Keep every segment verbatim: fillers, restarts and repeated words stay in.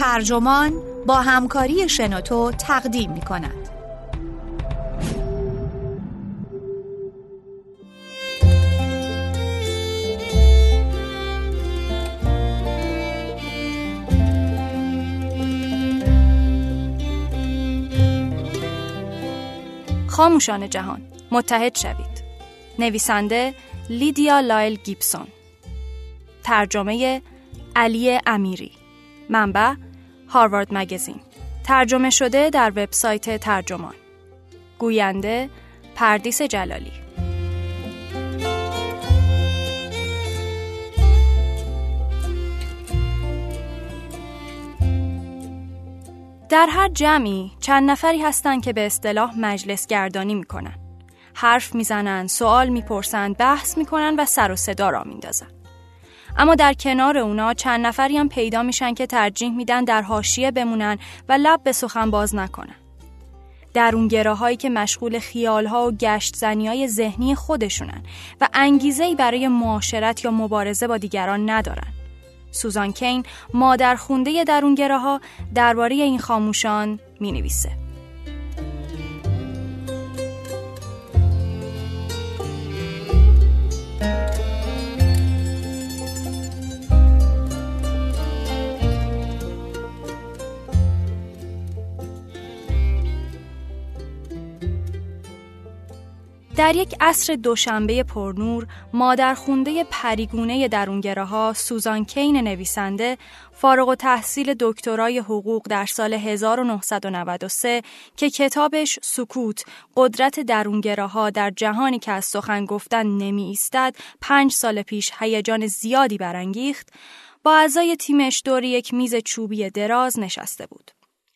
ترجمان با همکاری شنوتو تقدیم می کند. خاموشان جهان، متحد شوید. نویسنده لیدیا لایل گیبسون. ترجمه علی امیری. منبع هاروارد مگزین. ترجمه شده در وبسایت ترجمان. گوینده پردیس جلالی. در هر جمعی چند نفری هستند که به اصطلاح مجلس گردانی میکنن. حرف میزنن، سوال میپرسن، بحث میکنن و سر و صدا را میندازن. اما در کنار اونا چند نفری هم پیدا میشن که ترجیح میدن در حاشیه بمونن و لب به سخن باز نکنن. درونگراهایی که مشغول خیالها و گشت زنیای ذهنی خودشونن و انگیزه‌ای برای معاشرت یا مبارزه با دیگران ندارن. سوزان کین، مادرخونده درونگراها، درباره این خاموشان می‌نویسه. در یک عصر دوشنبه پرنور، مادرخونده پریگونه درونگراها سوزان کین نویسنده، فارغ التحصیل دکترای حقوق در سال هزار و نهصد و نود و سه که کتابش سکوت، قدرت درونگراها در جهانی که از سخن گفتن نمی ایستد، پنج سال پیش هیجان زیادی برانگیخت، با اعضای تیمش دور یک میز چوبی دراز نشسته بود.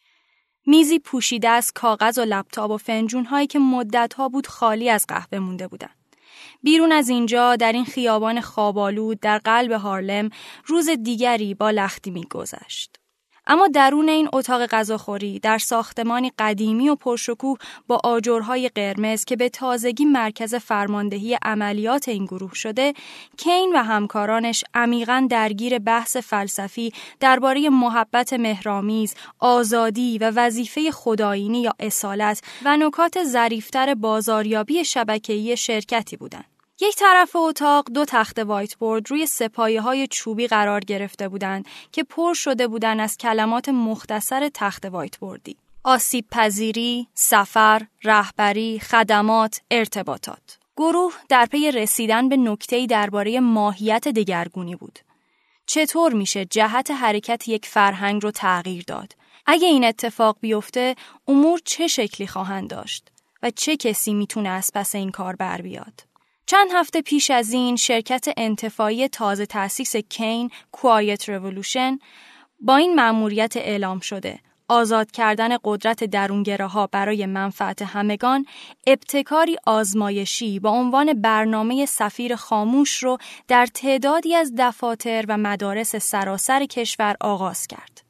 میزی پوشیده از کاغذ و لپتاپ و فنجون‌هایی که مدت‌ها بود خالی از قهوه مونده بودن. بیرون از اینجا در این خیابان خواب‌آلود در قلب هارلم روز دیگری با لختی می‌گذشت. اما درون این اتاق غذاخوری در ساختمانی قدیمی و پرشکوه با آجرهای قرمز که به تازگی مرکز فرماندهی عملیات این گروه شده، کین و همکارانش عمیقاً درگیر بحث فلسفی درباره محبت مهرآمیز، آزادی و وظیفه خدایینی یا اصالت و نکات ظریف‌تر بازاریابی شبکه‌ای شرکتی بودند. یک طرف اتاق دو تخت وایت بورد روی سپایه‌های چوبی قرار گرفته بودند که پر شده بودند از کلمات مختصر تخت وایت بوردی: آسیب پذیری، سفر، رهبری، خدمات، ارتباطات. گروه در پی رسیدن به نکته‌ای درباره ماهیت دگرگونی بود. چطور میشه جهت حرکت یک فرهنگ رو تغییر داد؟ اگه این اتفاق بیفته، امور چه شکلی خواهند داشت و چه کسی میتونه از پس این کار بر بیاد؟ چند هفته پیش از این شرکت انتفاعی تازه تأسیس کین، کوایت ریولوشن، با این مأموریت اعلام شده: آزاد کردن قدرت درونگراها برای منفعت همگان، ابتکاری آزمایشی با عنوان برنامه سفیر خاموش رو در تعدادی از دفاتر و مدارس سراسر کشور آغاز کرد.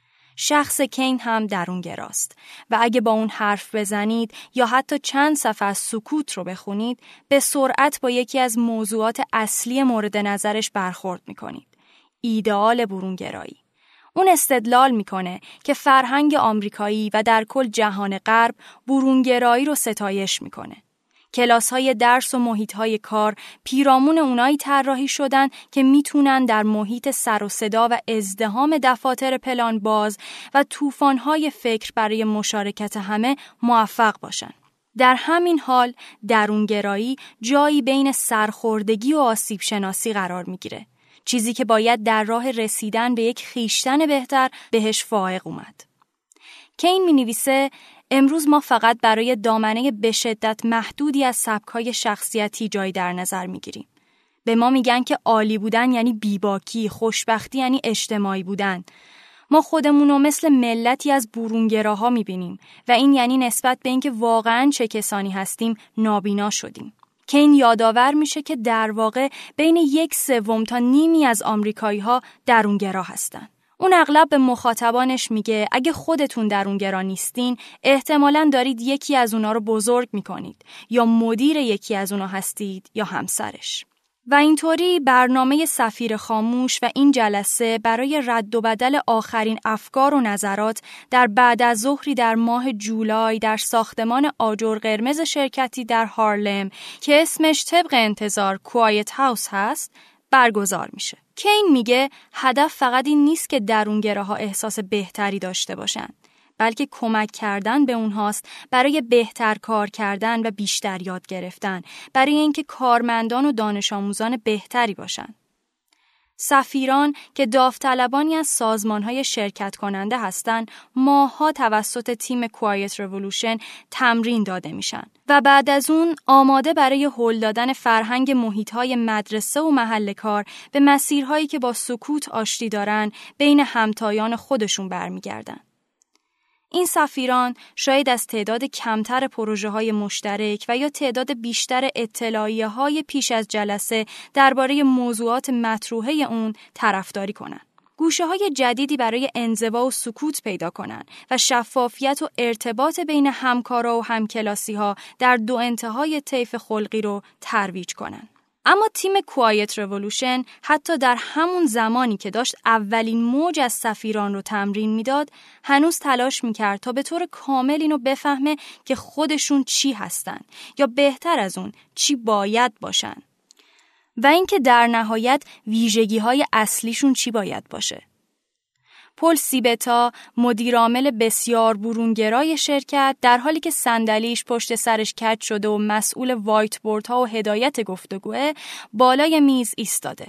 شخص کین هم درونگراست و اگه با اون حرف بزنید یا حتی چند صفحه از سکوت رو بخونید، به سرعت با یکی از موضوعات اصلی مورد نظرش برخورد میکنید: ایدئال برونگرایی. اون استدلال میکنه که فرهنگ آمریکایی و در کل جهان غرب برونگرایی رو ستایش میکنه. کلاس‌های درس و محیط‌های کار پیرامون اونایی طراحی شدن که میتونن در محیط سر و صدا و ازدحام دفاتر پلان باز و طوفان‌های فکر برای مشارکت همه موفق باشن. در همین حال درونگرایی جایی بین سرخوردگی و آسیب شناسی قرار میگیره، چیزی که باید در راه رسیدن به یک خویشتن بهتر بهش فائق اومد. کین می‌نویسه: امروز ما فقط برای دامنه به شدت محدودی از سبک‌های شخصیتی جای در نظر می‌گیریم. به ما میگن که عالی بودن یعنی بیباکی، خوشبختی یعنی اجتماعی بودن. ما خودمونو مثل ملتی از برونگراها می‌بینیم و این یعنی نسبت به اینکه واقعاً چه کسانی هستیم نابینا شدیم. کین یادآور میشه که در واقع بین یک سوم تا نیمی از آمریکایی‌ها درونگرا هستن. اون اغلب به مخاطبانش میگه اگه خودتون درونگرا نیستین، احتمالاً دارید یکی از اونا رو بزرگ میکنید، یا مدیر یکی از اونا هستید یا همسرش. و اینطوری برنامه سفیر خاموش و این جلسه برای رد و بدل آخرین افکار و نظرات در بعد از ظهری در ماه جولای در ساختمان آجر قرمز شرکتی در هارلم که اسمش طبق انتظار کوایت هاوس هست برگزار میشه. کین میگه هدف فقط این نیست که درونگراها احساس بهتری داشته باشن، بلکه کمک کردن به اونهاست برای بهتر کار کردن و بیشتر یاد گرفتن، برای اینکه کارمندان و دانش آموزان بهتری باشن. سفیران که داوطلبانی از سازمان‌های شرکت کننده هستند، ماه‌ها توسط تیم کوایت رولوشن تمرین داده میشن و بعد از اون آماده برای هل دادن فرهنگ محیط‌های مدرسه و محل کار به مسیرهایی که با سکوت آشتی دارن بین همتایان خودشون برمیگردن. این سفیران شاید از تعداد کمتر پروژه‌های مشترک و یا تعداد بیشتر اطلاعیه‌های پیش از جلسه درباره موضوعات مطروحه اون طرفداری کنن. گوشه‌های جدیدی برای انزوا و سکوت پیدا کنن و شفافیت و ارتباط بین همکارا و همکلاسی‌ها در دو انتهای طیف خلقی رو ترویج کنن. اما تیم کوایت رولوشن حتی در همون زمانی که داشت اولین موج از سفیران رو تمرین میداد، هنوز تلاش میکرد تا به طور کامل اینو بفهمه که خودشون چی هستن یا بهتر از اون چی باید باشن و اینکه در نهایت ویژگی‌های اصلیشون چی باید باشه. پل سیبتا، مدیرعامل بسیار برونگرای شرکت، در حالی که صندلیش پشت سرش کج شده و مسئول وایت بوردها و هدایت گفتگوه، بالای میز ایستاده.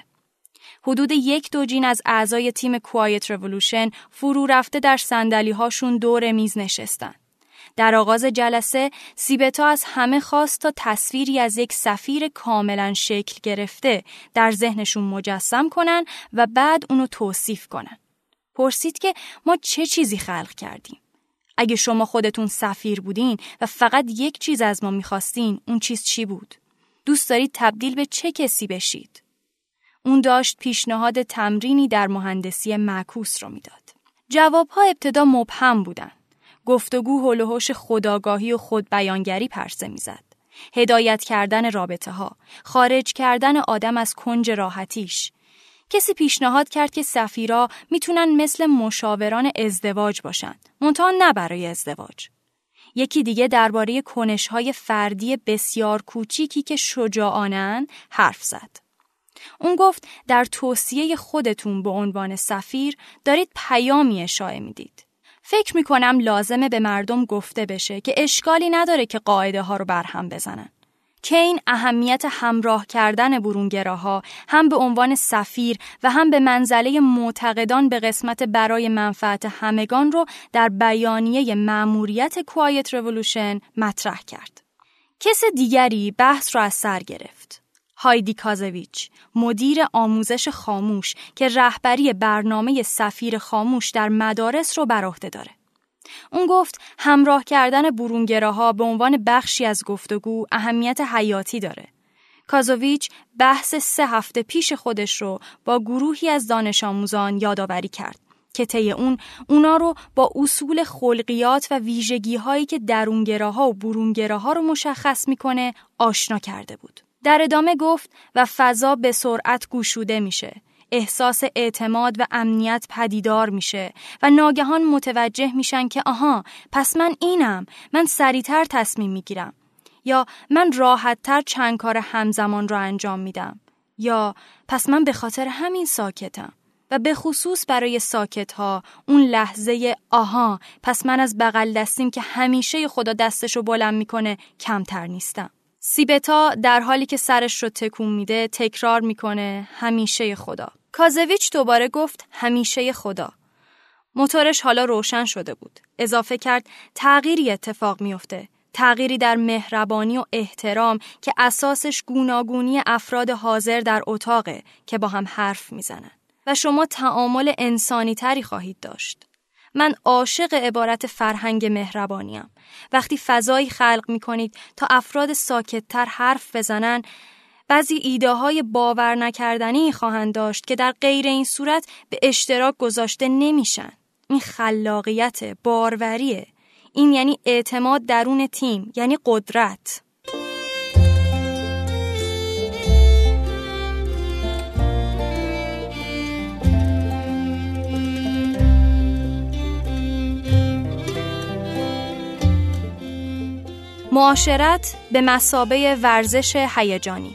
حدود یک دوجین از اعضای تیم کوایت رولوشن فرو رفته در صندلی‌هاشون دور میز نشستن. در آغاز جلسه، سیبتا از همه خواست تا تصویری از یک سفیر کاملاً شکل گرفته در ذهنشون مجسم کنن و بعد اونو توصیف کنن. پرسید که ما چه چیزی خلق کردیم؟ اگه شما خودتون سفیر بودین و فقط یک چیز از ما میخواستین، اون چیز چی بود؟ دوست دارید تبدیل به چه کسی بشید؟ اون داشت پیشنهاد تمرینی در مهندسی معکوس رو میداد. جوابها ابتدا مبهم بودن. گفتگو حول و حوش خودآگاهی و خودبیانگری پرسه میزد. هدایت کردن رابطه ها، خارج کردن آدم از کنج راحتیش. کسی پیشنهاد کرد که سفیرا میتونن مثل مشاوران ازدواج باشن، منتها نه برای ازدواج. یکی دیگه درباره کنش‌های فردی بسیار کوچیکی که شجاعانن حرف زد. اون گفت در توصیه خودتون به عنوان سفیر دارید پیامی اشاعه میدید. فکر میکنم لازمه به مردم گفته بشه که اشکالی نداره که قاعده ها رو برهم بزنن. کین اهمیت همراه کردن برونگراها هم به عنوان سفیر و هم به منزله معتقدان به قسمت برای منفعت همگان رو در بیانیه مأموریت کوایت رولوشن مطرح کرد. کس دیگری بحث را از سر گرفت. هایدی کازویچ، مدیر آموزش خاموش که رهبری برنامه سفیر خاموش در مدارس رو بر عهده داره. اون گفت همراه کردن برونگراها به عنوان بخشی از گفتگو اهمیت حیاتی داره. کازویچ بحث سه هفته پیش خودش رو با گروهی از دانش آموزان یادآوری کرد که طی اون اونا رو با اصول خلقیات و ویژگی‌هایی که درونگراها و برونگراها رو مشخص میکنه آشنا کرده بود. در ادامه گفت و فضا به سرعت گشوده میشه. احساس اعتماد و امنیت پدیدار میشه و ناگهان متوجه میشن که آها، پس من اینم، من سریعتر تصمیم میگیرم، یا من راحتتر چند کار همزمان رو انجام میدم، یا پس من به خاطر همین ساکتم. و به خصوص برای ساکت ها اون لحظه آها، پس من از بغل دستیم که همیشه خدا دستشو بلند میکنه کمتر نیستم. سیبتا در حالی که سرش رو تکون میده تکرار میکنه همیشه خدا. کازویچ دوباره گفت همیشه خدا. موتورش حالا روشن شده بود. اضافه کرد تغییری اتفاق میفته. تغییری در مهربانی و احترام که اساسش گوناگونی افراد حاضر در اتاقه که با هم حرف میزنن و شما تعامل انسانی تری خواهید داشت. من عاشق عبارت فرهنگ مهربانیم. وقتی فضایی خلق میکنید تا افراد ساکت‌تر حرف بزنن، بعضی ایده های باور نکردنی خواهند داشت که در غیر این صورت به اشتراک گذاشته نمیشن. این خلاقیت، باروریه. این یعنی اعتماد درون تیم، یعنی قدرت. معاشرت به مثابه ورزش هیجانی.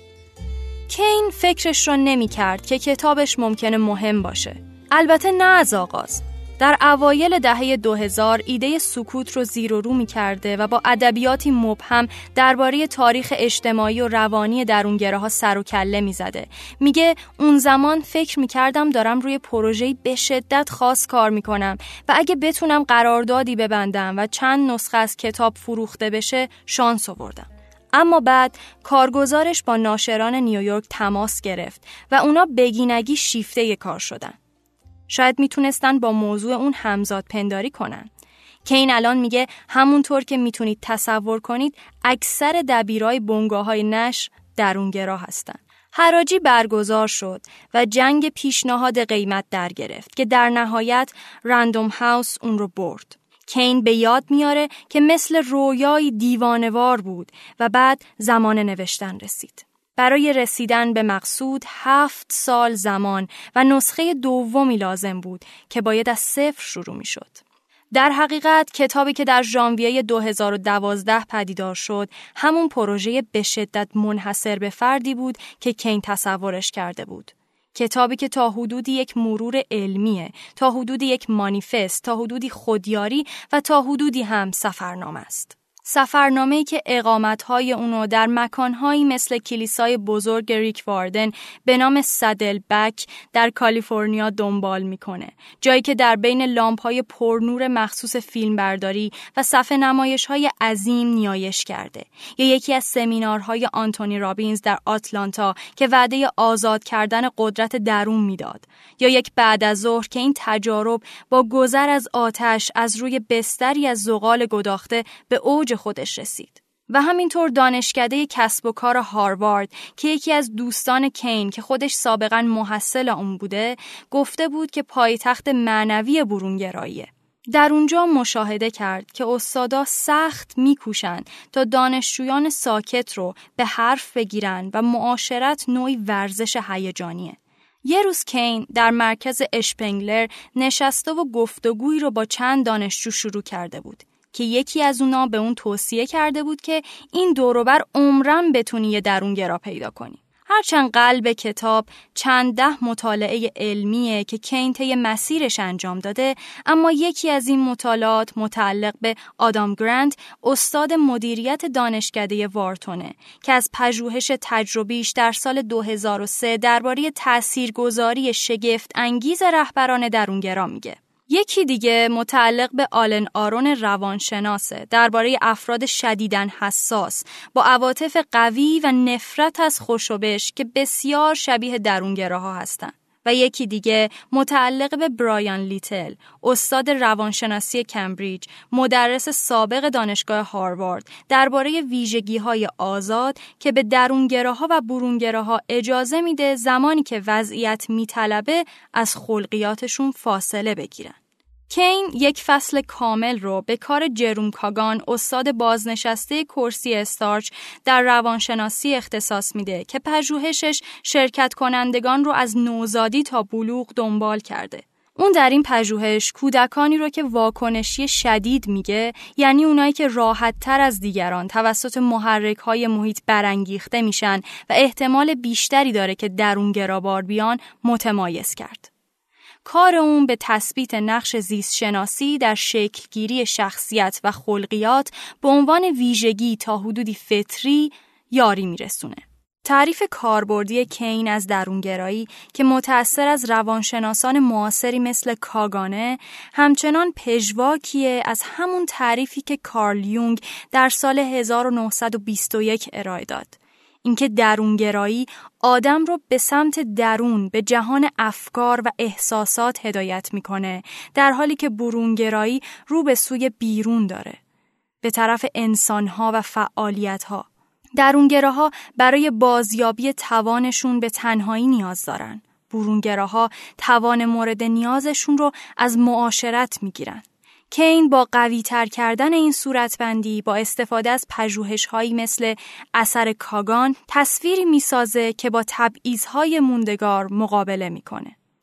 کین فکرش رو نمی کرد که کتابش ممکنه مهم باشه. البته نه از آغاز. در اوایل دهه دو هزار ایده سکوت رو زیر و رو می کرده و با ادبیاتی مبهم درباره تاریخ اجتماعی و روانی درونگراها سر و کله می زده. میگه اون زمان فکر می کردم دارم روی پروژه‌ای به شدت خاص کار می کنم و اگه بتونم قراردادی ببندم و چند نسخه از کتاب فروخته بشه شانس آوردم. اما بعد کارگزارش با ناشران نیویورک تماس گرفت و اونا بگینگی شیفته کار شدن. شاید میتونستن با موضوع اون همزاد پنداری کنن. کین الان میگه همونطور که میتونید تصور کنید اکثر دبیرای بنگاه‌های نشر درونگرا هستن. حراجی برگزار شد و جنگ پیشنهاد قیمت در گرفت که در نهایت رندوم هاوس اون رو برد. کین به یاد میاره که مثل رویای دیوانوار بود و بعد زمان نوشتن رسید. برای رسیدن به مقصود هفت سال زمان و نسخه دومی لازم بود که باید از صفر شروع می شد. در حقیقت کتابی که در ژانویه دو هزار و دوازده پدیدار شد همون پروژه به شدت منحصر به فردی بود که کین تصورش کرده بود. کتابی که تا حدودی یک مرور علمیه، تا حدودی یک مانیفست، تا حدودی خودیاری و تا حدودی هم سفرنامه است. سفرنامه‌ای که اقامت‌های اونو در مکان‌هایی مثل کلیسای بزرگ ریک واردن به نام سدل بک در کالیفرنیا دنبال می‌کنه. جایی که در بین لامپ‌های پرنور مخصوص فیلمبرداری و صفحه نمایش‌های عظیم نیایش کرده. یا یکی از سمینارهای آنتونی رابینز در آتلانتا که وعده آزاد کردن قدرت درون میداد. یا یک بعد از ظهر که این تجارب با گذر از آتش از روی بستری از زغال گداخته به اوج خودش رسید. و همینطور دانشکده کسب و کار هاروارد که یکی از دوستان کین که خودش سابقاً محصل اون بوده گفته بود که پایتخت معنوی برونگراییه. در اونجا مشاهده کرد که استادا سخت میکوشن تا دانشجویان ساکت رو به حرف بگیرن و معاشرت نوعی ورزش هیجانیه. یه روز کین در مرکز اشپنگلر نشسته و گفتگویی رو با چند دانشجو شروع کرده بود که یکی از اونا به اون توصیه کرده بود که این دوروبر عمرن بتونی یه درونگرا پیدا کنی. هرچند قلب کتاب چند ده مطالعه علمیه که کین طی مسیرش انجام داده، اما یکی از این مطالعات متعلق به آدام گرانت، استاد مدیریت دانشکده وارتونه که از پژوهش تجربیش در سال دو هزار و سه درباره تاثیرگذاری شگفت انگیز رهبران درونگرا میگه. یکی دیگه متعلق به آلن آرون روانشناسه درباره افراد شدیداً حساس با عواطف قوی و نفرت از خوشوبش که بسیار شبیه درونگراها هستن. و یکی دیگه متعلق به برایان لیتل، استاد روانشناسی کمبریج، مدرس سابق دانشگاه هاروارد درباره ویژگی‌های آزاد که به درونگراها و برونگراها اجازه میده زمانی که وضعیت میطلبه از خلقیاتشون فاصله بگیرن. کین یک فصل کامل رو به کار جروم کاگان، استاد بازنشسته کرسی استارچ در روانشناسی اختصاص میده که پژوهشش شرکت کنندگان رو از نوزادی تا بلوغ دنبال کرده. اون در این پژوهش کودکانی رو که واکنشی شدید میگه، یعنی اونایی که راحت تر از دیگران توسط محرک‌های محیط برانگیخته میشن و احتمال بیشتری داره که درونگرابار بیان، متمایز کرد. کار اون به تثبیت نقش زیست شناسی در شکلگیری شخصیت و خلقیات به عنوان ویژگی تا حدودی فطری یاری میرسونه. تعریف کاربردی کین از درونگرایی که متأثر از روانشناسان معاصری مثل کاگانه همچنان پژواکیه از همون تعریفی که کارل یونگ در سال هزار و نهصد و بیست و یک ارائه داد. اینکه درونگرایی آدم رو به سمت درون، به جهان افکار و احساسات هدایت میکنه، در حالی که برونگرایی رو به سوی بیرون داره، به طرف انسانها و فعالیتها. درونگراها برای بازیابی توانشون به تنهایی نیاز دارن. برونگراها توان مورد نیازشون رو از معاشرت میگیرن. کین با قوی تر کردن این صورتبندی با استفاده از پژوهش‌هایی مثل اثر کاگان تصویری میسازه که با تبعیض‌های موندگار مقابله میکنه.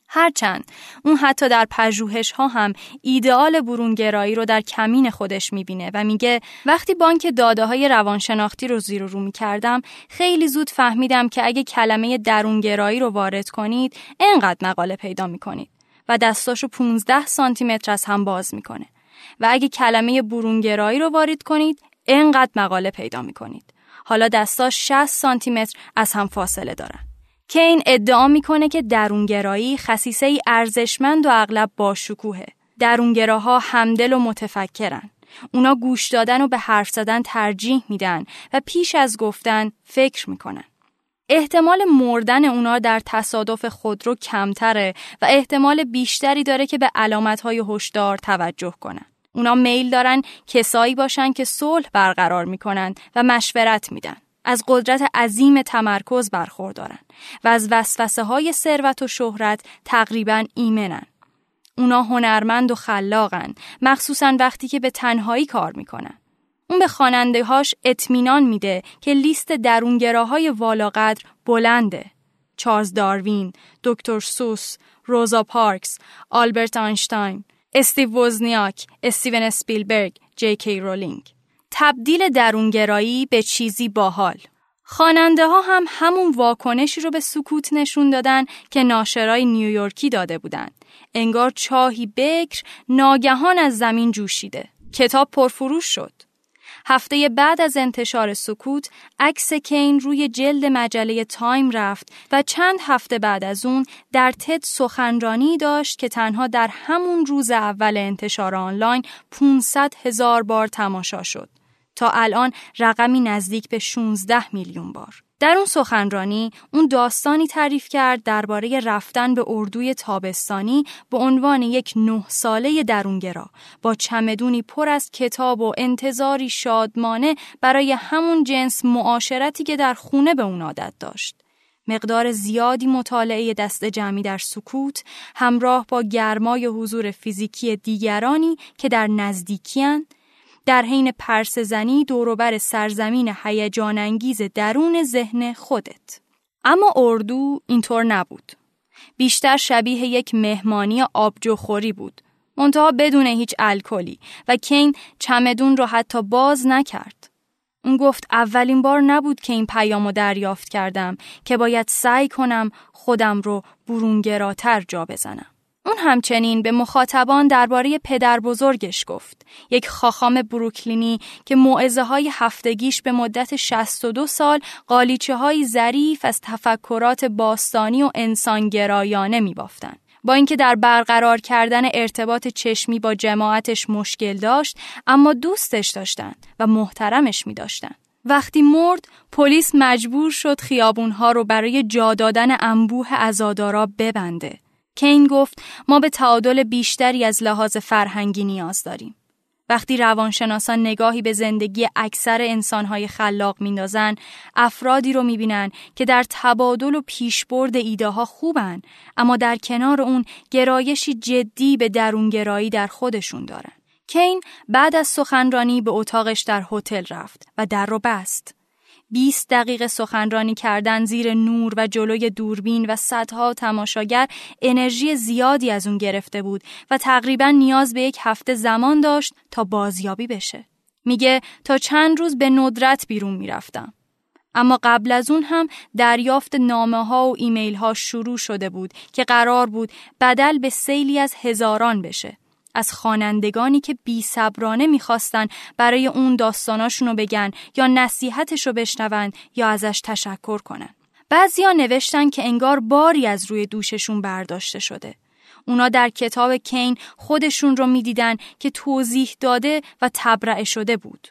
هرچند اون حتی در پژوهش ها هم ایدئال برونگرایی رو در کمین خودش میبینه و میگه وقتی بانک داده های روانشناختی رو زیر و رو میکردم خیلی زود فهمیدم که اگه کلمه درونگرایی رو وارد کنید اینقدر مقاله پیدا میکنید و دستاشو پونزده سانتی متر از هم باز میکنه و اگه کلمه برونگرایی رو وارد کنید اینقدر مقاله پیدا میکنید. حالا دستاش شصت سانتی متر از هم فاصله دارن. کین ادعا میکنه که درونگرایی خصیصه ای ارزشمند و اغلب باشکوهه. درونگراها همدل و متفکرن. اونا گوش دادن و به حرف زدن ترجیح میدن و پیش از گفتن فکر میکنن. احتمال مردن اونا در تصادف خودرو کمتره و احتمال بیشتری داره که به علامت‌های هشدار توجه کنن. اونا میل دارن کسایی باشن که صلح برقرار میکنن و مشورت میدن. از قدرت عظیم تمرکز برخوردارن و از وسوسه های ثروت و شهرت تقریباً ایمنن. اونا هنرمند و خلاقن، مخصوصاً وقتی که به تنهایی کار میکنن. اون به خواننده هاش اطمینان میده که لیست درونگراهای والاقدر بلنده. چارلز داروین، دکتر سوس، روزا پارکس، آلبرت آینشتاین، استیو وزنیاک، استیون اسپیلبرگ، جی کی رولینگ. تبدیل درونگرایی به چیزی باحال. خواننده ها هم همون واکنشی رو به سکوت نشون دادن که ناشرای نیویورکی داده بودن. انگار چاهی بکر ناگهان از زمین جوشیده. کتاب پرفروش شد. هفته بعد از انتشار سکوت، عکس کین روی جلد مجله تایم رفت و چند هفته بعد از اون در تد سخنرانی داشت که تنها در همون روز اول انتشار آنلاین پانصد هزار بار تماشا شد. تا الان رقمی نزدیک به شانزده میلیون بار. در اون سخنرانی اون داستانی تعریف کرد درباره رفتن به اردوی تابستانی به عنوان یک نه ساله درونگرا با چمدونی پر از کتاب و انتظاری شادمانه برای همون جنس معاشرتی که در خونه به اون عادت داشت. مقدار زیادی مطالعه دست جمعی در سکوت همراه با گرمای حضور فیزیکی دیگرانی که در نزدیکی‌اند، در حین پرسه‌زنی دوروبر سرزمین هیجان انگیز درون ذهن خودت. اما اردو اینطور نبود. بیشتر شبیه یک مهمانی آبجوخوری بود، منتها بدون هیچ الکلی، و کین چمدون رو حتی باز نکرد. اون گفت اولین بار نبود که این پیامو دریافت کردم که باید سعی کنم خودم رو برونگراتر جا بزنم. اون همچنین به مخاطبان درباره پدر بزرگش گفت، یک خاخام بروکلینی که موعظه های هفتگیش به مدت شصت و دو سال قالیچه های ظریف از تفکرات باستانی و انسانگرایانه می بافتن. با اینکه در برقرار کردن ارتباط چشمی با جماعتش مشکل داشت، اما دوستش داشتن و محترمش می داشتن. وقتی مرد، پلیس مجبور شد خیابونها رو برای جا دادن انبوه عزادارا ببنده. کین گفت ما به تعادل بیشتری از لحاظ فرهنگی نیاز داریم. وقتی روانشناسان نگاهی به زندگی اکثر انسانهای خلاق میندازن، افرادی رو میبینن که در تبادل و پیشبرد ایده ها خوبن، اما در کنار اون گرایشی جدی به درونگرایی در خودشون دارن. کین بعد از سخنرانی به اتاقش در هتل رفت و در رو بست. بیست دقیقه سخنرانی کردن زیر نور و جلوی دوربین و صدها تماشاگر انرژی زیادی از اون گرفته بود و تقریبا نیاز به یک هفته زمان داشت تا بازیابی بشه. میگه تا چند روز به ندرت بیرون میرفتم. اما قبل از اون هم دریافت نامه ها و ایمیل ها شروع شده بود که قرار بود بدل به سیلی از هزاران بشه. از خوانندگانی که بی صبرانه میخواستن برای اون داستاناشونو بگن یا نصیحتشو بشنون یا ازش تشکر کنن. بعضیا نوشتن که انگار باری از روی دوششون برداشته شده. اونا در کتاب کین خودشون رو میدیدن که توضیح داده و تبرئه شده بود.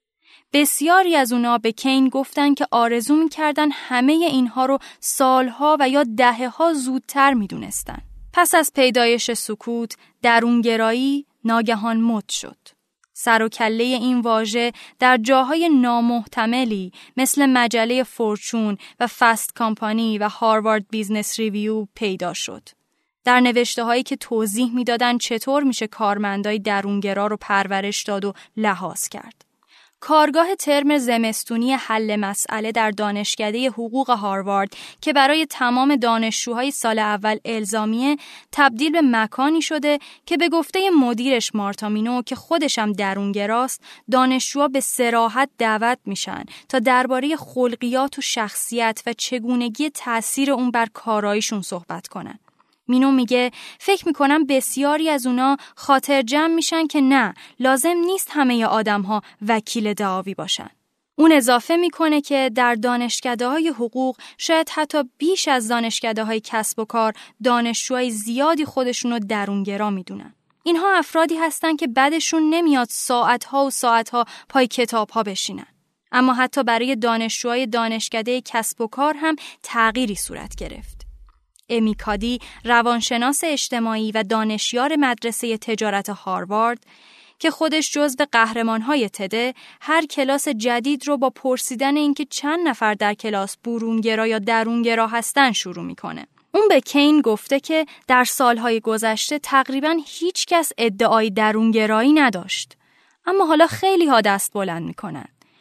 بسیاری از اونا به کین گفتن که آرزو میکردن همه اینها رو سالها و یا دهه‌ها زودتر میدونستن. پس از پیدایش سکوت، درونگرایی ناگهان مد شد. سر و کله این واژه در جاهای نامحتملی مثل مجله فورچون و فست کامپانی و هاروارد بیزنس ریویو پیدا شد. در نوشته هایی که توضیح میدادن چطور میشه کارمندای درونگرا رو پرورش داد و لحاظ کرد. کارگاه ترم زمستونی حل مسئله در دانشکده حقوق هاروارد که برای تمام دانشجوهای سال اول الزامیه تبدیل به مکانی شده که به گفته مدیرش مارتا مینو که خودشم درونگراست، دانشجوها به صراحت دعوت میشن تا درباره خلقیات و شخصیت و چگونگی تأثیر اون بر کارایشون صحبت کنن. مینو میگه فکر میکنم بسیاری از اونا خاطر جمع میشن که نه، لازم نیست همه آدم‌ها وکیل دعاوی باشن. اون اضافه میکنه که در دانشکده‌های حقوق شاید حتی بیش از دانشکده‌های کسب و کار دانشجوهای زیادی خودشون رو درونگرا میدونن. اینها افرادی هستن که بعدشون نمیاد ساعتها و ساعتها پای کتاب‌ها بشینن. اما حتی برای دانشجوهای دانشکده کسب و کار هم تغییری صورت گرفت. امی کادی، روانشناس اجتماعی و دانشیار مدرسه تجارت هاروارد که خودش جزو قهرمان‌های تده، هر کلاس جدید رو با پرسیدن اینکه چند نفر در کلاس برونگرا یا درونگرا هستن شروع میکنه. اون به کین گفته که در سالهای گذشته تقریباً هیچ کس ادعای درونگرایی نداشت، اما حالا خیلی ها دست بلند میکنن.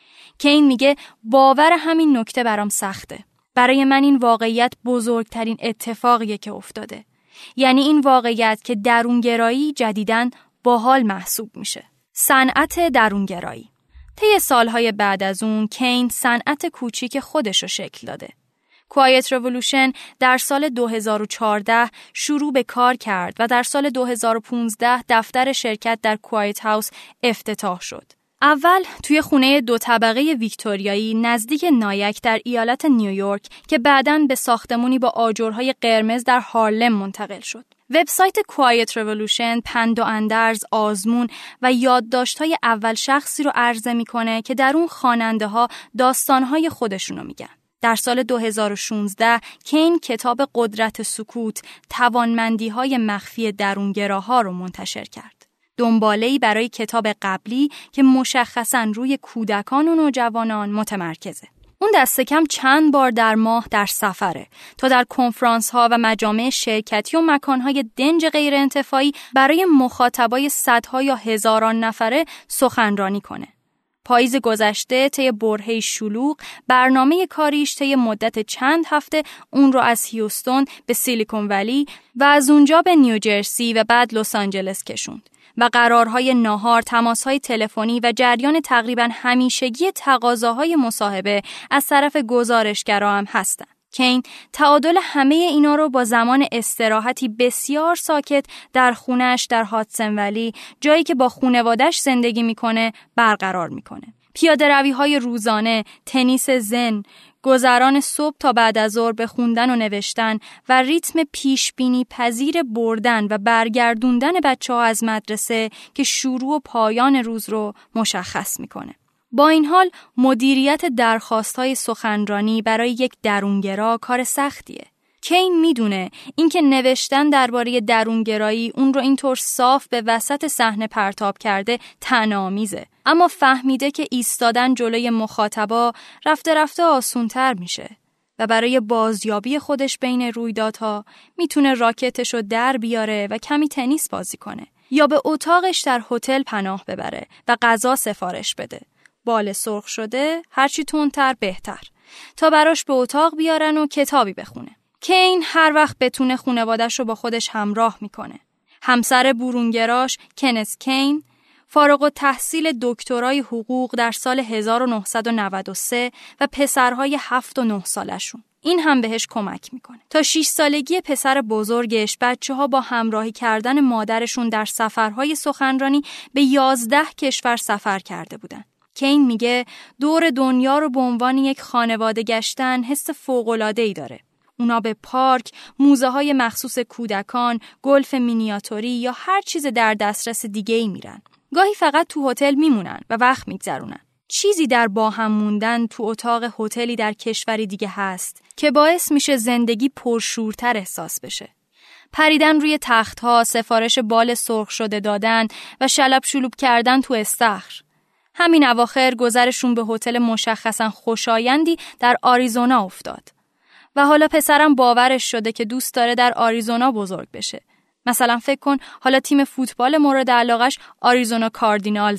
کین میگه باور همین نکته برام سخته. برای من این واقعیت بزرگترین اتفاقیه که افتاده. یعنی این واقعیت که درونگرایی جدیداً باحال محسوب میشه. صنعت درونگرایی. طی سالهای بعد از اون کین صنعت کوچیک خودش رو شکل داده. کوایت رولوشن در سال دو هزار و چهارده شروع به کار کرد و در سال دو هزار و پانزده دفتر شرکت در کوایت هاوس افتتاح شد. اول توی خونه دو طبقه ویکتوریایی نزدیک نایک در ایالت نیویورک که بعداً به ساختمونی با آجرهای قرمز در هارلم منتقل شد. وبسایت کوایت رولوشن پند و اندرز، آزمون و یادداشت‌های اول شخصی رو عرضه می‌کنه که در اون خواننده‌ها داستان‌های خودشونو میگن. در سال دو هزار و شانزده کین کتاب قدرت سکوت، توانمندی‌های مخفی درونگراها رو منتشر کرد. دنباله‌ای برای کتاب قبلی که مشخصاً روی کودکان و نوجوانان متمرکزه. اون دست کم چند بار در ماه در سفره تا در کنفرانس‌ها و مجامع شرکتی و مکان‌های دنج غیر انتفاعی برای مخاطبای صدها یا هزاران نفره سخنرانی کنه. پاییز گذشته طی برهه شلوغ برنامه کاریش طی مدت چند هفته اون رو از هیوستون به سیلیکون ولی و از اونجا به نیوجرسی و بعد لس آنجلس کشوند و قرارهای ناهار، تماسهای تلفنی و جریان تقریباً همیشگی تقاضاهای مصاحبه از طرف گزارشگرا هم هستن. کین تعادل همه اینا رو با زمان استراحتی بسیار ساکت در خونه‌اش در هاتسن ولی، جایی که با خانواده‌اش زندگی میکنه، برقرار میکنه. پیاده روی‌های روزانه، تنیس زن، گذران صبح تا بعد از ظهر به خوندن و نوشتن و ریتم پیشبینی پذیر بردن و برگردوندن بچه‌ها از مدرسه که شروع و پایان روز رو مشخص میکنه. با این حال مدیریت درخواست‌های سخنرانی برای یک درونگرا کار سختیه. کین میدونه اینکه نوشتن درباره درونگرایی اون رو اینطور صاف به وسط صحنه پرتاب کرده طعنه‌آمیزه، اما فهمیده که ایستادن جلوی مخاطبا رفته رفته آسون‌تر میشه و برای بازیابی خودش بین رویدادها میتونه راکتش رو در بیاره و کمی تنیس بازی کنه یا به اتاقش در هتل پناه ببره و غذا سفارش بده. بال سرخ شده هرچی تندتر بهتر تا براش به اتاق بیارن و کتابی بخونه. کین هر وقت بتونه خانواده‌اش رو با خودش همراه میکنه. همسر برونگراش کنس کین فارغ التحصیل دکترای حقوق در سال هزار و نهصد و نود و سه و پسرهای هفت و نه سالشون. این هم بهش کمک میکنه. تا شش سالگی پسر بزرگش بچه‌ها با همراهی کردن مادرشون در سفرهای سخنرانی به یازده کشور سفر کرده بودن. کین میگه دور دنیا رو به عنوان یک خانواده گشتن حس فوق‌العاده‌ای داره. اونا به پارک، موزه‌های مخصوص کودکان، گلف مینیاتوری یا هر چیز در دسترس دیگه‌ای میرن. گاهی فقط تو هتل میمونن و وقت میگذرونن. چیزی در با هم موندن تو اتاق هتلی در کشوری دیگه هست که باعث میشه زندگی پرشورتر احساس بشه. پریدن روی تخت‌ها، سفارش بال سرخ شده دادن و شلب شلوب کردن تو استخر. همین اواخر گذرشون به هتل مشخصاً خوشایندی در آریزونا افتاد. و حالا پسرم باورش شده که دوست داره در آریزونا بزرگ بشه. مثلا فکر کن حالا تیم فوتبال مورد علاقش آریزونا کاردینالزه.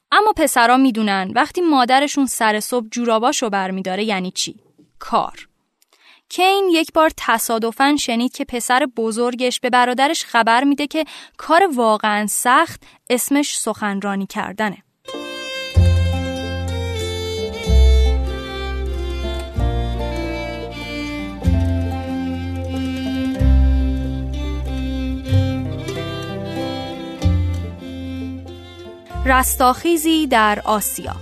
اما پسرا میدونن وقتی مادرشون سر صبح جوراباشو برمیداره یعنی چی؟ کار. کین یک بار تصادفاً شنید که پسر بزرگش به برادرش خبر میده که کار واقعاً سخت اسمش سخنرانی کردنه. رستاخیزی در آسیا.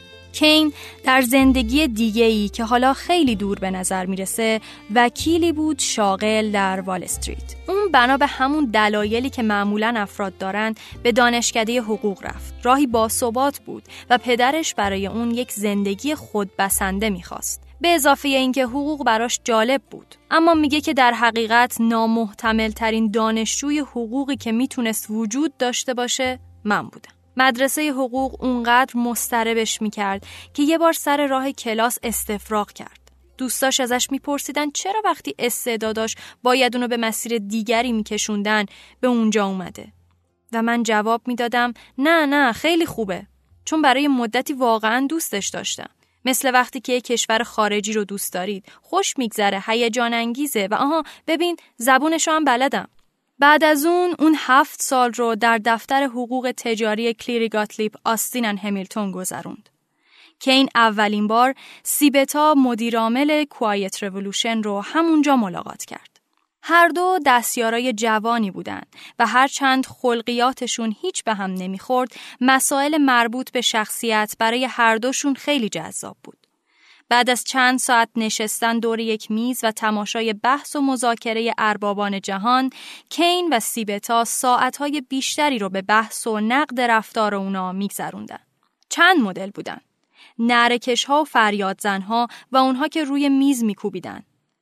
کین در زندگی دیگه‌ای که حالا خیلی دور به نظر میرسه وکیلی بود شاغل در وال استریت. اون بنا به همون دلایلی که معمولاً افراد دارن به دانشکده حقوق رفت. راهی باثبات بود و پدرش برای اون یک زندگی خودبسنده میخواست. به اضافه اینکه حقوق براش جالب بود. اما میگه که در حقیقت نامحتمل ترین دانشجوی حقوقی که میتونست وجود داشته باشه من بودم. مدرسه حقوق اونقدر مضطربش میکرد که یه بار سر راه کلاس استفراغ کرد. دوستاش ازش میپرسیدن چرا وقتی استعداداش باید اونو به مسیر دیگری میکشوندن به اونجا اومده. و من جواب میدادم نه نه خیلی خوبه، چون برای مدتی واقعا دوستش داشتم. مثل وقتی که یک کشور خارجی رو دوست دارید، خوش میگذره، هیجان انگیزه و آها ببین زبونشو هم بلدم. بعد از اون اون هفت سال رو در دفتر حقوق تجاری کلیری گاتلیب آستین ان همیلتون گذروند. کین اولین بار سیبتا مدیرعامل کوایت رولوشن رو همونجا ملاقات کرد. هر دو دستیارای جوانی بودند و هرچند خلقیاتشون هیچ به هم نمیخورد، مسائل مربوط به شخصیت برای هر دوشون خیلی جذاب بود. بعد از چند ساعت نشستن دور یک میز و تماشای بحث و مذاکره اربابان جهان، کین و سیبتا ساعتهای بیشتری رو به بحث و نقد رفتار اونا میگذروندن. چند مدل بودن: نعره‌کش‌ها و فریادزن‌ها و اونها که روی میز میکوبیدن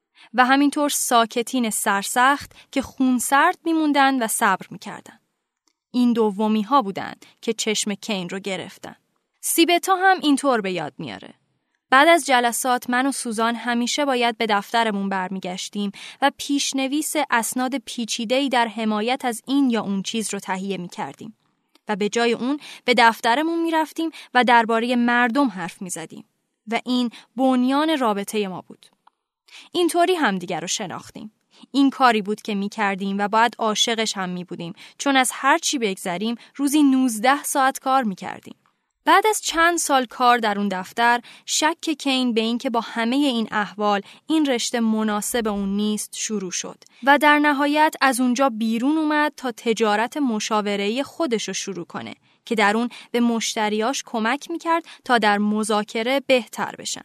و همینطور ساکتین سرسخت که خونسرد میموندن و صبر میکردن. این دومی ها بودن که چشم کین رو گرفتن. سیبتا هم اینطور به یاد میاره. بعد از جلسات من و سوزان همیشه باید به دفترمون برمیگشتیم و پیشنویس اسناد پیچیده‌ای در حمایت از این یا اون چیز رو تهیه میکردیم و به جای اون به دفترمون میرفتیم و درباره مردم حرف میزدیم و این بنیان رابطه ما بود. اینطوری هم دیگر رو شناختیم. این کاری بود که میکردیم و باید عاشقش هم میبودیم، چون از هر چی بگذریم روزی نوزده ساعت کار میکردیم. بعد از چند سال کار در اون دفتر، شک کین به این که با همه این احوال این رشته مناسب اون نیست شروع شد و در نهایت از اونجا بیرون اومد تا تجارت مشاوره‌ای خودش رو شروع کنه که در اون به مشتریاش کمک میکرد تا در مذاکره بهتر بشن.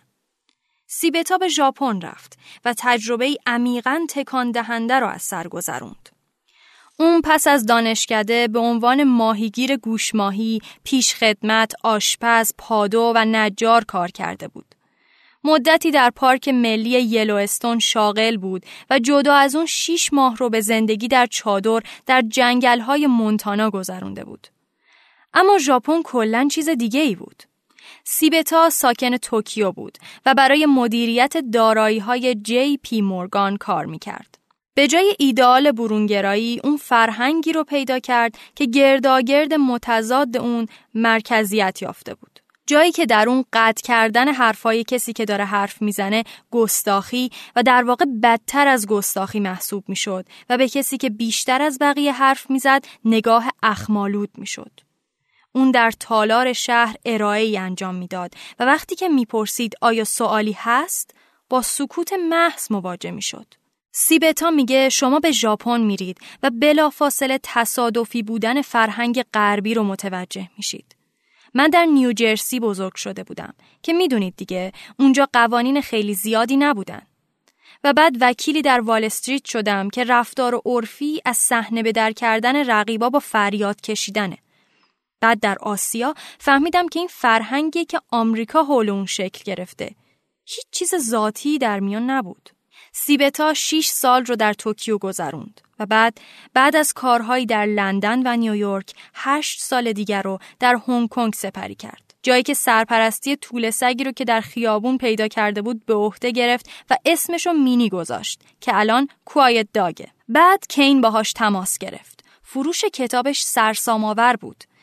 سیبتا به ژاپن رفت و تجربه‌ای عمیقاً تکان دهنده را از سر گذروند. اون پس از دانشکده به عنوان ماهیگیر گوشماهی، پیشخدمت، آشپز، پادو و نجار کار کرده بود. مدتی در پارک ملی یلوستون شاغل بود و جدا از اون شیش ماه رو به زندگی در چادر در جنگل‌های مونتانا گذرونده بود. اما ژاپن کلاً چیز دیگه‌ای بود. سیبتا ساکن توکیو بود و برای مدیریت دارایی‌های جی پی مورگان کار می‌کرد. به جای ایدئال برونگرایی اون فرهنگی رو پیدا کرد که گرداگرد متضاد اون مرکزیت یافته بود. جایی که در اون قطع کردن حرفای کسی که داره حرف میزنه گستاخی و در واقع بدتر از گستاخی محسوب میشد و به کسی که بیشتر از بقیه حرف میزد نگاه اخمالود میشد. اون در تالار شهر ارائه‌ای انجام میداد و وقتی که میپرسید آیا سوالی هست با سکوت محض مواجه میشد. سیبتا میگه شما به ژاپن میرید و بلافاصله تصادفی بودن فرهنگ غربی رو متوجه میشید. من در نیوجرسی بزرگ شده بودم که میدونید دیگه اونجا قوانین خیلی زیادی نبودن. و بعد وکیلی در وال استریت شدم که رفتار و عرفی از صحنه به در کردن رقیبا با فریاد کشیدنه. بعد در آسیا فهمیدم که این فرهنگی که آمریکا حول اون شکل گرفته. هیچ چیز ذاتی در میان نبود. سیبتا شش سال رو در توکیو گذروند و بعد بعد از کارهایی در لندن و نیویورک هشت سال دیگر رو در هنگ کنگ سپری کرد. جایی که سرپرستی توله سگی رو که در خیابون پیدا کرده بود به عهده گرفت و اسمش رو مینی گذاشت که الان کوایت داگه. بعد کین باهاش تماس گرفت. فروش کتابش سرسام‌آور بود.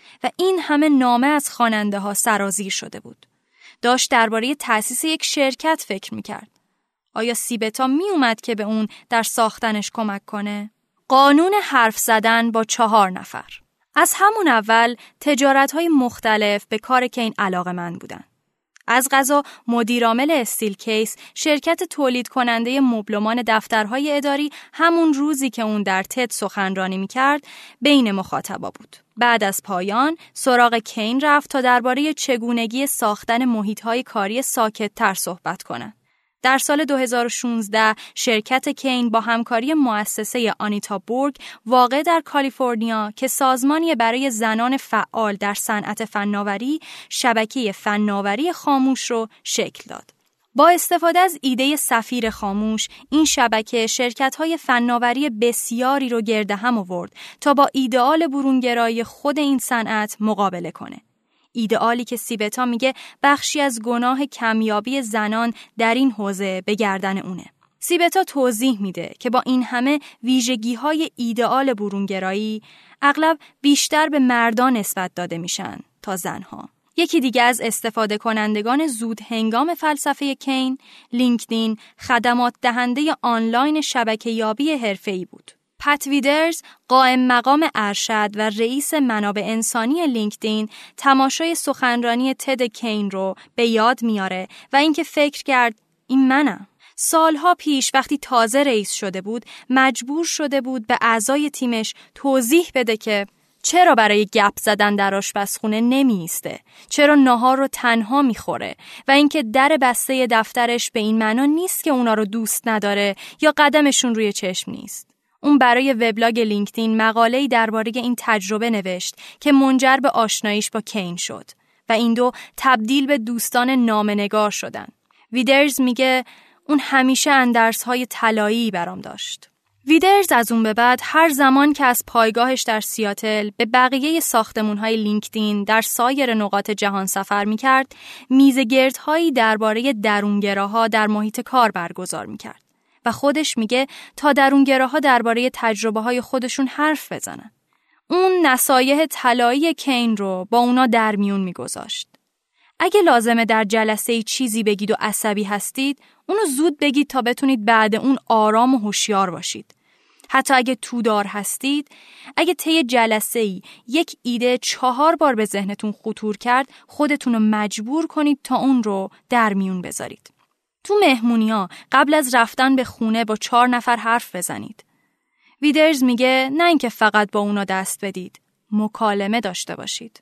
و این همه نامه از خواننده ها سرازیر شده بود. داشت درباره تأسیس یک شرکت فکر میکرد. آیا سیبتا می اومد که به اون در ساختنش کمک کنه؟ قانون حرف زدن با چهار نفر. از همون اول تجارت‌های مختلف به کار کین علاقه‌مند بودن. از قضا مدیرعامل استیل کیس، شرکت تولید کننده مبلمان دفترهای اداری، همون روزی که اون در تد سخنرانی می‌کرد، بین مخاطبا بود. بعد از پایان سراغ کین رفت تا درباره چگونگی ساختن محیط‌های کاری ساکت‌تر صحبت کنه. در سال دو هزار و شانزده شرکت کین با همکاری مؤسسه آنیتا بورگ واقع در کالیفرنیا که سازمانی برای زنان فعال در صنعت فناوری، شبکه فناوری خاموش رو شکل داد. با استفاده از ایده سفیر خاموش، این شبکه شرکت‌های فناوری بسیاری رو گرد هم آورد تا با ایدئال برونگرایی خود این صنعت مقابله کنه. ایدئالی که سیبتا میگه بخشی از گناه کمیابی زنان در این حوزه به گردن اونه. سیبتا توضیح میده که با این همه ویژگی‌های ایدئال برونگرایی اغلب بیشتر به مردان نسبت داده میشن تا زنها. یکی دیگه از استفاده کنندگان زود هنگام فلسفه کین، لینکدین، خدمات دهنده آنلاین شبکه‌یابی حرفه‌ای بود. پت ویدرز، قائم مقام ارشد و رئیس منابع انسانی لینکدین، تماشای سخنرانی تد کین رو به یاد میاره و اینکه فکر کرد این منم. سالها پیش وقتی تازه رئیس شده بود، مجبور شده بود به اعضای تیمش توضیح بده که چرا برای گپ زدن در آشپزخونه نمی ایسته، چرا ناهار رو تنها میخوره و اینکه در بسته دفترش به این معنا نیست که اونا رو دوست نداره یا قدمشون روی چشم نیست. اون برای وبلاگ لینکدین مقاله‌ای درباره این تجربه نوشت که منجر به آشناییش با کین شد و این دو تبدیل به دوستان نامه‌نگار شدن. ویدرز میگه اون همیشه اندرس‌های طلایی برام داشت. ویدرز از اون به بعد هر زمان که از پایگاهش در سیاتل به بقیه ساختمان‌های لینکدین در سایر نقاط جهان سفر می‌کرد، میزگردهایی درباره درونگراها در محیط کار برگزار می‌کرد. و خودش میگه تا درونگراها درباره تجربه‌های خودشون حرف بزنن. اون نصایح طلایی کین رو با اونا در میون میگذاشت. اگه لازمه در جلسه چیزی بگید و عصبی هستید، اونو زود بگید تا بتونید بعد اون آرام و هوشیار باشید. حتی اگه تودار هستید، اگه طی جلسه‌ای یک ایده چهار بار به ذهنتون خطور کرد، خودتون رو مجبور کنید تا اون رو در میون بذارید. تو مهمونی‌ها قبل از رفتن به خونه با چهار نفر حرف بزنید. ویدرز میگه نه اینکه فقط با اونا دست بدید، مکالمه داشته باشید.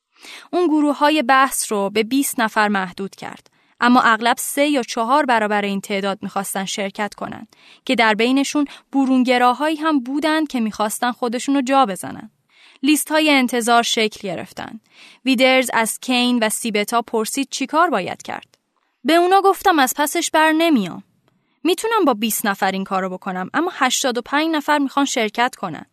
اون گروه‌های بحث رو به بیست نفر محدود کرد، اما اغلب سه یا چهار برابر این تعداد میخواستن شرکت کنن که در بینشون برونگراهایی هم بودن که میخواستن خودشون رو جا بزنن. لیست‌های انتظار شکل گرفتن. ویدرز از کین و سیبتا پرسید چیکار باید کرد. به اونا گفتم از پسش بر نمیام. میتونم با بیست نفر این کارو بکنم، اما هشتاد و پنج نفر میخوان شرکت کنن.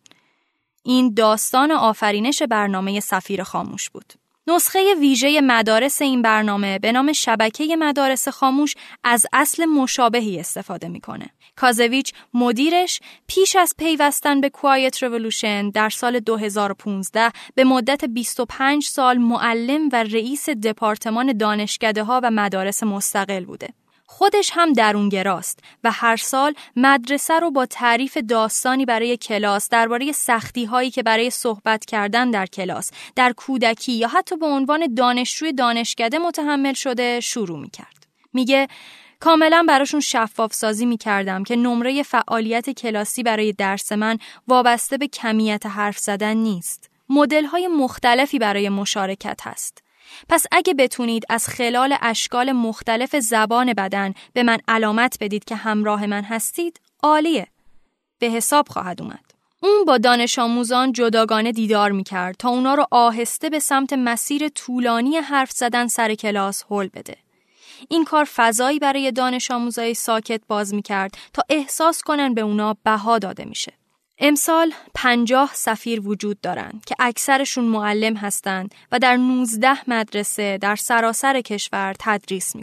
این داستان آفرینش برنامه سفیر خاموش بود. نسخه ویژه مدارس این برنامه به نام شبکه مدارس خاموش از اصل مشابهی استفاده میکنه. کازویچ مدیرش پیش از پیوستن به کوایت رولوشن در سال دو هزار و پانزده به مدت بیست و پنج سال معلم و رئیس دپارتمان دانشکده‌ها و مدارس مستقل بوده. خودش هم درونگراست و هر سال مدرسه رو با تعریف داستانی برای کلاس درباره سختی‌هایی که برای صحبت کردن در کلاس، در کودکی یا حتی به عنوان دانشجوی دانشکده متحمل شده شروع می‌کرد. میگه کاملا براشون شفاف سازی می‌کردم که نمره فعالیت کلاسی برای درس من وابسته به کمیت حرف زدن نیست. مدل‌های مختلفی برای مشارکت هست. پس اگه بتونید از خلال اشکال مختلف زبان بدن به من علامت بدید که همراه من هستید، عالیه. به حساب خواهد اومد. اون با دانش آموزان جداگانه دیدار میکرد تا اونا رو آهسته به سمت مسیر طولانی حرف زدن سر کلاس هل بده. این کار فضایی برای دانش آموزای ساکت باز میکرد تا احساس کنن به اونا بها داده میشه. امسال پنجاه سفیر وجود دارن که اکثرشون معلم هستند و در نوزده مدرسه در سراسر کشور تدریس میکنن.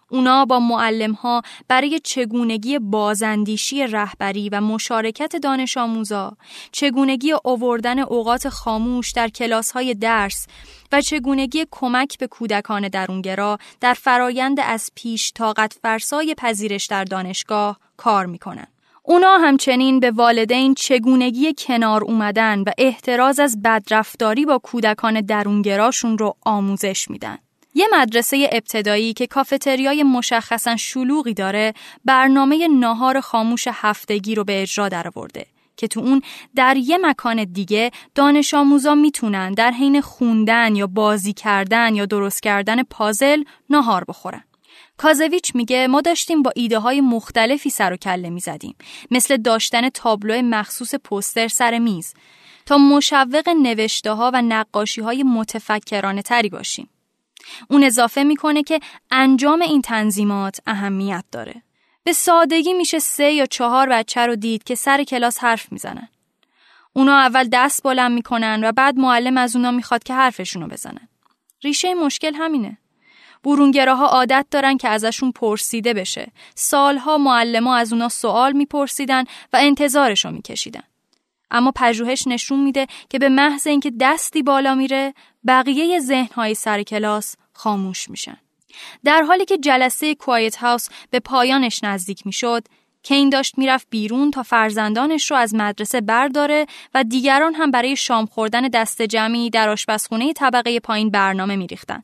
اونا با معلم‌ها برای چگونگی بازاندیشی رهبری و مشارکت دانش آموزا، چگونگی آوردن اوقات خاموش در کلاس‌های درس و چگونگی کمک به کودکان درونگرا در فرایند از پیش طاقت فرسای پذیرش در دانشگاه کار می‌کنن. اونا همچنین به والدین چگونگی کنار اومدن و احتراز از بدرفتاری با کودکان درونگراشون رو آموزش میدن. یه مدرسه ابتدایی که کافتریای مشخصاً شلوغی داره، برنامه ناهار خاموش هفتگی رو به اجرا درآورده که تو اون در یه مکان دیگه دانش آموزا میتونن در حین خوندن یا بازی کردن یا درست کردن پازل ناهار بخورن. کازویچ میگه ما داشتیم با ایده های مختلفی سر و کله میزدیم، مثل داشتن تابلو مخصوص پوستر سر میز، تا مشوق نوشته ها و نقاشی های متفکرانه تری باشیم. اون اضافه میکنه که انجام این تنظیمات اهمیت داره. به سادگی میشه سه یا چهار بچه رو دید که سر کلاس حرف میزنن. اونا اول دست بلند میکنن و بعد معلم از اونا میخواد که حرفشونو بزنن. ریشه مشکل همینه. برونگراها عادت دارن که ازشون پرسیده بشه. سالها معلم‌ها از اونا سوال میپرسیدن و انتظارشو میکشیدن. اما پژوهش نشون میده که به محض اینکه دستی بالا میره، بقیه ذهن‌های سر کلاس خاموش میشن. در حالی که جلسه کوایت هاوس به پایانش نزدیک میشد، کین داشت میرفت بیرون تا فرزندانش رو از مدرسه برداره و دیگران هم برای شام خوردن دسته جمعی در آشپزخونه طبقه پایین برنامه میریختن.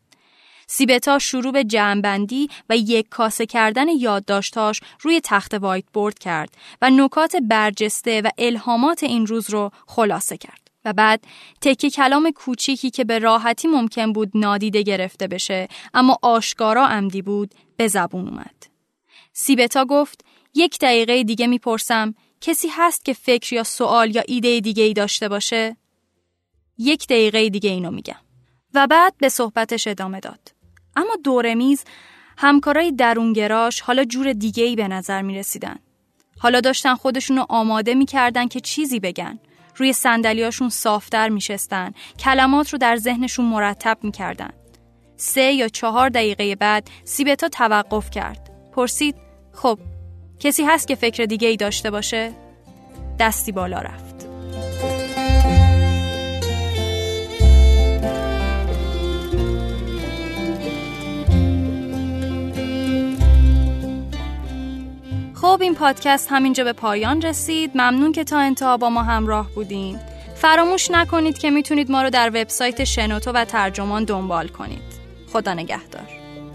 سیبتا شروع به جمع‌بندی و یک کاسه کردن یادداشتاش روی تخت وایت بورد کرد و نکات برجسته و الهامات این روز رو خلاصه کرد. و بعد تکه کلام کوچیکی که به راحتی ممکن بود نادیده گرفته بشه اما آشکارا عمدی بود به زبون اومد. سیبتا گفت یک دقیقه دیگه میپرسم کسی هست که فکر یا سوال یا ایده دیگه ای داشته باشه؟ یک دقیقه دیگه اینو میگم. و بعد به صحبتش ادامه داد. اما دور میز همکارای درونگراش حالا جور دیگه‌ای به نظر می رسیدن. حالا داشتن خودشونو آماده می کردن که چیزی بگن. روی صندلیاشون صافتر می شستن. کلمات رو در ذهنشون مرتب می کردن. سه یا چهار دقیقه بعد سیبتا توقف کرد. پرسید خب کسی هست که فکر دیگه‌ای داشته باشه؟ دستی بالا رفت. خب این پادکست همینجا به پایان رسید. ممنون که تا انتها با ما همراه بودین. فراموش نکنید که میتونید ما رو در وبسایت شنوتو و ترجمان دنبال کنید. خدا نگهدار.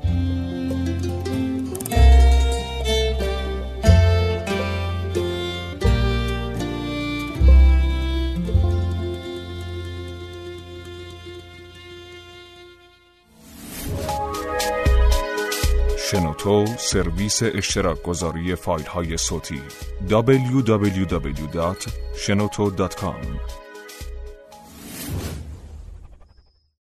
شنوتو سرویس اشتراک گذاری فایل های صوتی دبلیو دبلیو دبلیو دات شنوتو دات کام